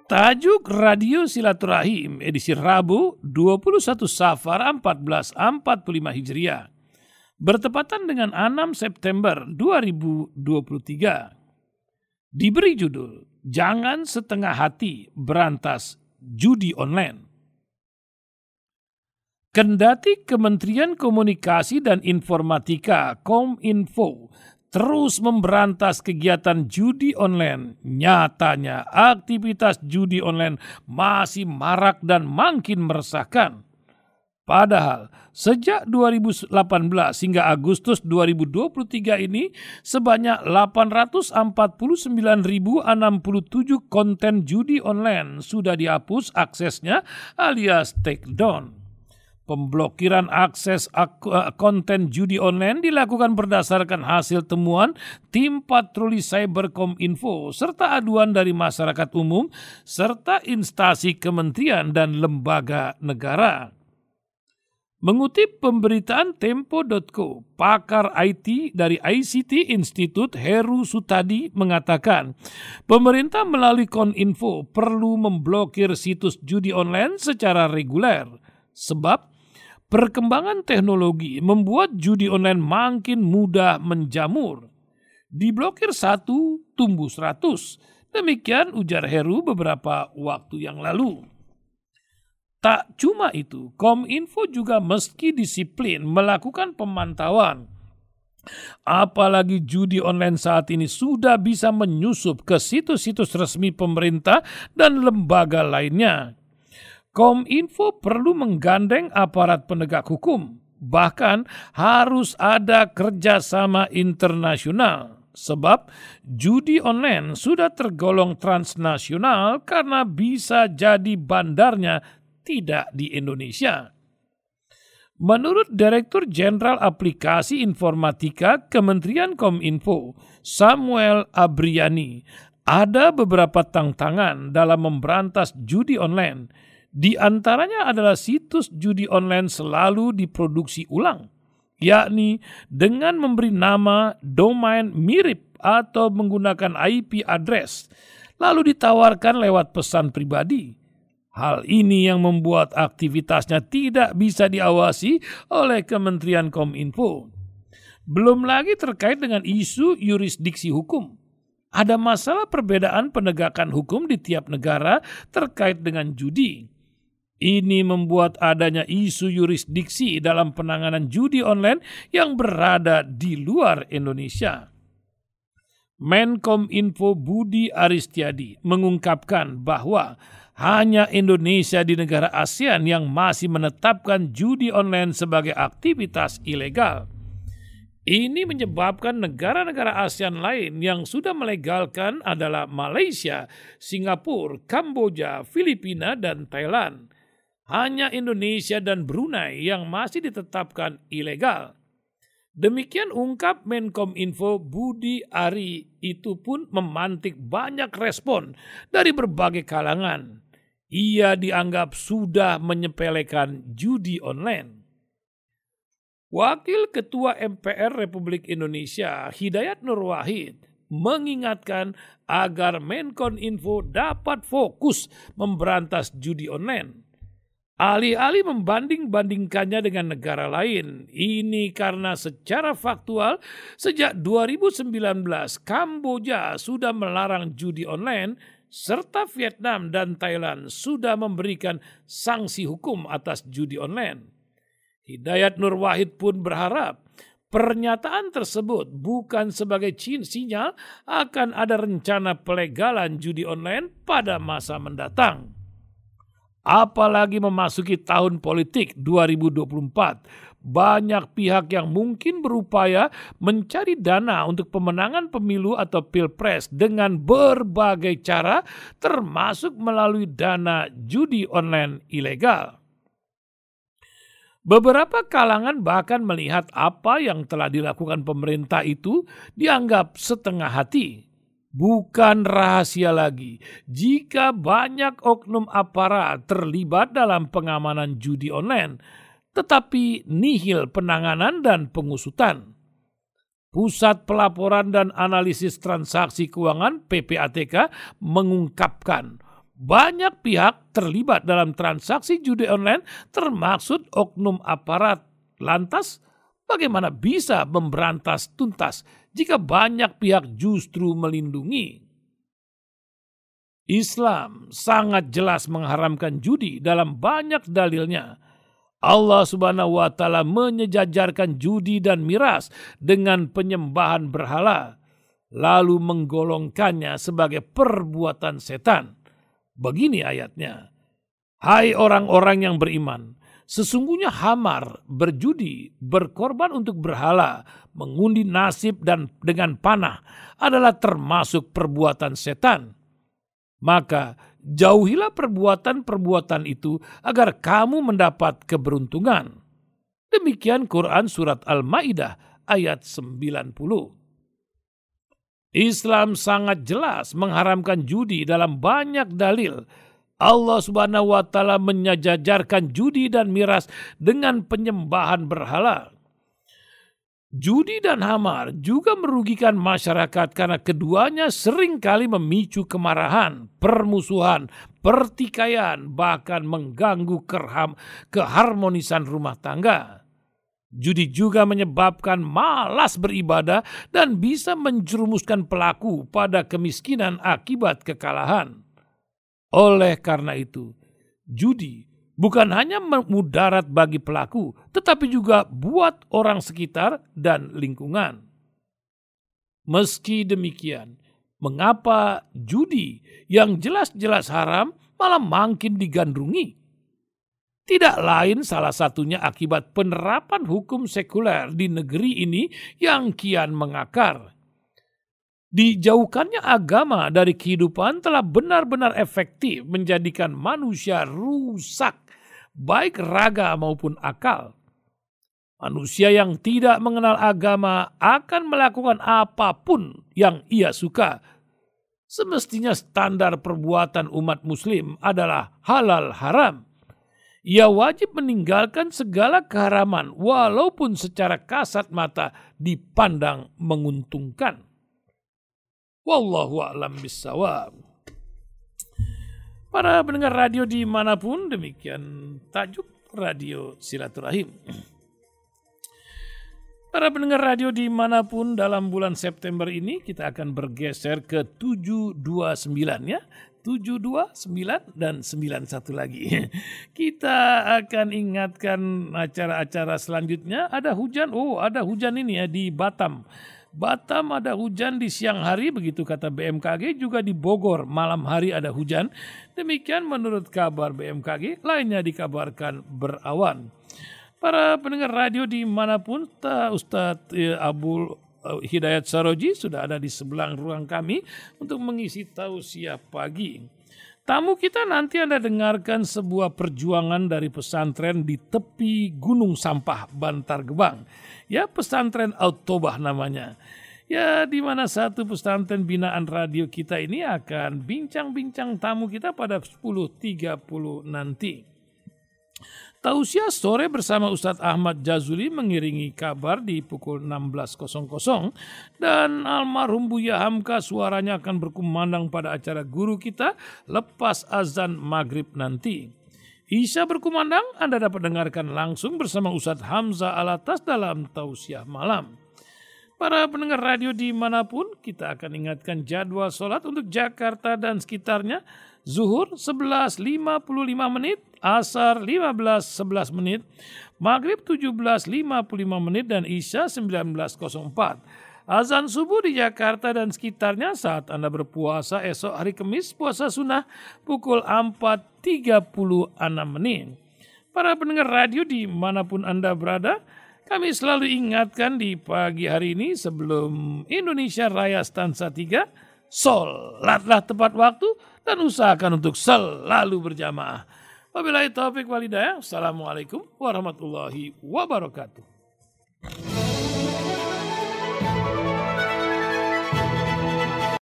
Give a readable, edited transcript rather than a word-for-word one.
Tajuk Radio Silaturahim edisi Rabu 21 Safar 1445 Hijriah bertepatan dengan 6 September 2023. Diberi judul Jangan Setengah Hati Berantas Judi Online. Kendati Kementerian Komunikasi dan Informatika Kominfo terus memberantas kegiatan judi online, nyatanya aktivitas judi online masih marak dan makin meresahkan. Padahal sejak 2018 hingga Agustus 2023 ini sebanyak 849.067 konten judi online sudah dihapus aksesnya alias take down. Pemblokiran akses konten judi online dilakukan berdasarkan hasil temuan Tim Patroli Cyber Kominfo serta aduan dari masyarakat umum serta instansi kementerian dan lembaga negara. Mengutip pemberitaan Tempo.co, pakar IT dari ICT Institute Heru Sutadi mengatakan, pemerintah melalui Kominfo perlu memblokir situs judi online secara reguler sebab perkembangan teknologi membuat judi online makin mudah menjamur. Diblokir 1, tumbuh 100. Demikian ujar Heru beberapa waktu yang lalu. Tak cuma itu, Kominfo juga meski disiplin melakukan pemantauan. Apalagi judi online saat ini sudah bisa menyusup ke situs-situs resmi pemerintah dan lembaga lainnya. Kominfo perlu menggandeng aparat penegak hukum, bahkan harus ada kerjasama internasional. Sebab judi online sudah tergolong transnasional karena bisa jadi bandarnya tidak di Indonesia. Menurut Direktur Jenderal Aplikasi Informatika Kementerian Kominfo, Samuel Abriani, ada beberapa tantangan dalam memberantas judi online. Di antaranya adalah situs judi online selalu diproduksi ulang, yakni dengan memberi nama domain mirip atau menggunakan IP address, lalu ditawarkan lewat pesan pribadi. Hal ini yang membuat aktivitasnya tidak bisa diawasi oleh Kementerian Kominfo. Belum lagi terkait dengan isu yurisdiksi hukum. Ada masalah perbedaan penegakan hukum di tiap negara terkait dengan judi. Ini membuat adanya isu yurisdiksi dalam penanganan judi online yang berada di luar Indonesia. Menkominfo Budi Aristiadi mengungkapkan bahwa hanya Indonesia di negara ASEAN yang masih menetapkan judi online sebagai aktivitas ilegal. Ini menyebabkan negara-negara ASEAN lain yang sudah melegalkan adalah Malaysia, Singapura, Kamboja, Filipina, dan Thailand. Hanya Indonesia dan Brunei yang masih ditetapkan ilegal. Demikian ungkap Menkominfo Budi Ari, itu pun memantik banyak respon dari berbagai kalangan. Ia dianggap sudah menyepelekan judi online. Wakil Ketua MPR Republik Indonesia Hidayat Nur Wahid mengingatkan agar Menkominfo dapat fokus memberantas judi online. Alih-alih membanding-bandingkannya dengan negara lain, ini karena secara faktual sejak 2019 Kamboja sudah melarang judi online serta Vietnam dan Thailand sudah memberikan sanksi hukum atas judi online. Hidayat Nur Wahid pun berharap pernyataan tersebut bukan sebagai sinyal akan ada rencana pelegalan judi online pada masa mendatang. Apalagi memasuki tahun politik 2024, banyak pihak yang mungkin berupaya mencari dana untuk pemenangan pemilu atau pilpres dengan berbagai cara, termasuk melalui dana judi online ilegal. Beberapa kalangan bahkan melihat apa yang telah dilakukan pemerintah itu dianggap setengah hati. Bukan rahasia lagi jika banyak oknum aparat terlibat dalam pengamanan judi online, tetapi nihil penanganan dan pengusutan. Pusat Pelaporan dan Analisis Transaksi Keuangan (PPATK) mengungkapkan Banyak pihak terlibat dalam transaksi judi online termasuk oknum aparat. Lantas, bagaimana bisa memberantas tuntas jika banyak pihak justru melindungi? Islam sangat jelas mengharamkan judi dalam banyak dalilnya. Allah Subhanahu wa Ta'ala menyejajarkan judi dan miras dengan penyembahan berhala, lalu menggolongkannya sebagai perbuatan setan. Begini ayatnya, hai orang-orang yang beriman, sesungguhnya hamar, berjudi, berkorban untuk berhala, mengundi nasib dan dengan panah adalah termasuk perbuatan setan. Maka jauhilah perbuatan-perbuatan itu agar kamu mendapat keberuntungan. Demikian Quran Surat Al-Ma'idah ayat 90. Islam sangat jelas mengharamkan judi dalam banyak dalil. Allah Subhanahu wa Ta'ala menyejajarkan judi dan miras dengan penyembahan berhala. Judi dan hamar juga merugikan masyarakat karena keduanya seringkali memicu kemarahan, permusuhan, pertikaian, bahkan mengganggu keharmonisan rumah tangga. Judi juga menyebabkan malas beribadah dan bisa menjerumuskan pelaku pada kemiskinan akibat kekalahan. Oleh karena itu, judi bukan hanya mudarat bagi pelaku, tetapi juga buat orang sekitar dan lingkungan. Meski demikian, mengapa judi yang jelas-jelas haram malah makin digandrungi? Tidak lain salah satunya akibat penerapan hukum sekuler di negeri ini yang kian mengakar. Dijauhkannya agama dari kehidupan telah benar-benar efektif menjadikan manusia rusak, baik raga maupun akal. Manusia yang tidak mengenal agama akan melakukan apapun yang ia suka. Semestinya standar perbuatan umat muslim adalah halal haram. Ia wajib meninggalkan segala keharaman walaupun secara kasat mata dipandang menguntungkan. Wallahu a'lam bishawab. Para pendengar radio dimanapun, demikian tajuk Radio Silaturahim. Para pendengar radio dimanapun, dalam bulan September ini kita akan bergeser ke 729 ya. 729 dan 91 lagi. Kita akan ingatkan acara-acara selanjutnya. Ada hujan, ada hujan ini ya di Batam. Batam ada hujan di siang hari, begitu kata BMKG. Juga di Bogor malam hari ada hujan. Demikian menurut kabar BMKG, lainnya dikabarkan berawan. Para pendengar radio dimanapun, Ustadz Abul Hidayat Saroji sudah ada di sebelah ruang kami untuk mengisi tausiah pagi. Tamu kita nanti Anda dengarkan sebuah perjuangan dari pesantren di tepi Gunung Sampah, Bantar Gebang. Ya, pesantren At-Taubah namanya. Ya, di mana satu pesantren binaan radio kita ini akan bincang-bincang tamu kita pada 10.30 nanti. Tausiah sore bersama Ustadz Ahmad Jazuli mengiringi kabar di pukul 16.00 dan almarhum Buya Hamka suaranya akan berkumandang pada acara guru kita lepas azan maghrib nanti. Isya berkumandang, Anda dapat dengarkan langsung bersama Ustadz Hamzah Alatas dalam Tausiah malam. Para pendengar radio dimanapun, kita akan ingatkan jadwal sholat untuk Jakarta dan sekitarnya. Zuhur 11.55 menit, Asar 15.11 menit, Maghrib 17.55 menit, dan Isya 19.04. Azan subuh di Jakarta dan sekitarnya saat Anda berpuasa esok hari Kamis, puasa sunnah pukul 4.36 menit. Para pendengar radio dimanapun Anda berada, kami selalu ingatkan di pagi hari ini sebelum Indonesia Raya stansa 3, sholatlah tepat waktu dan usahakan untuk selalu berjamaah. Wabillahi taufiq wal hidayah. Assalamualaikum warahmatullahi wabarakatuh.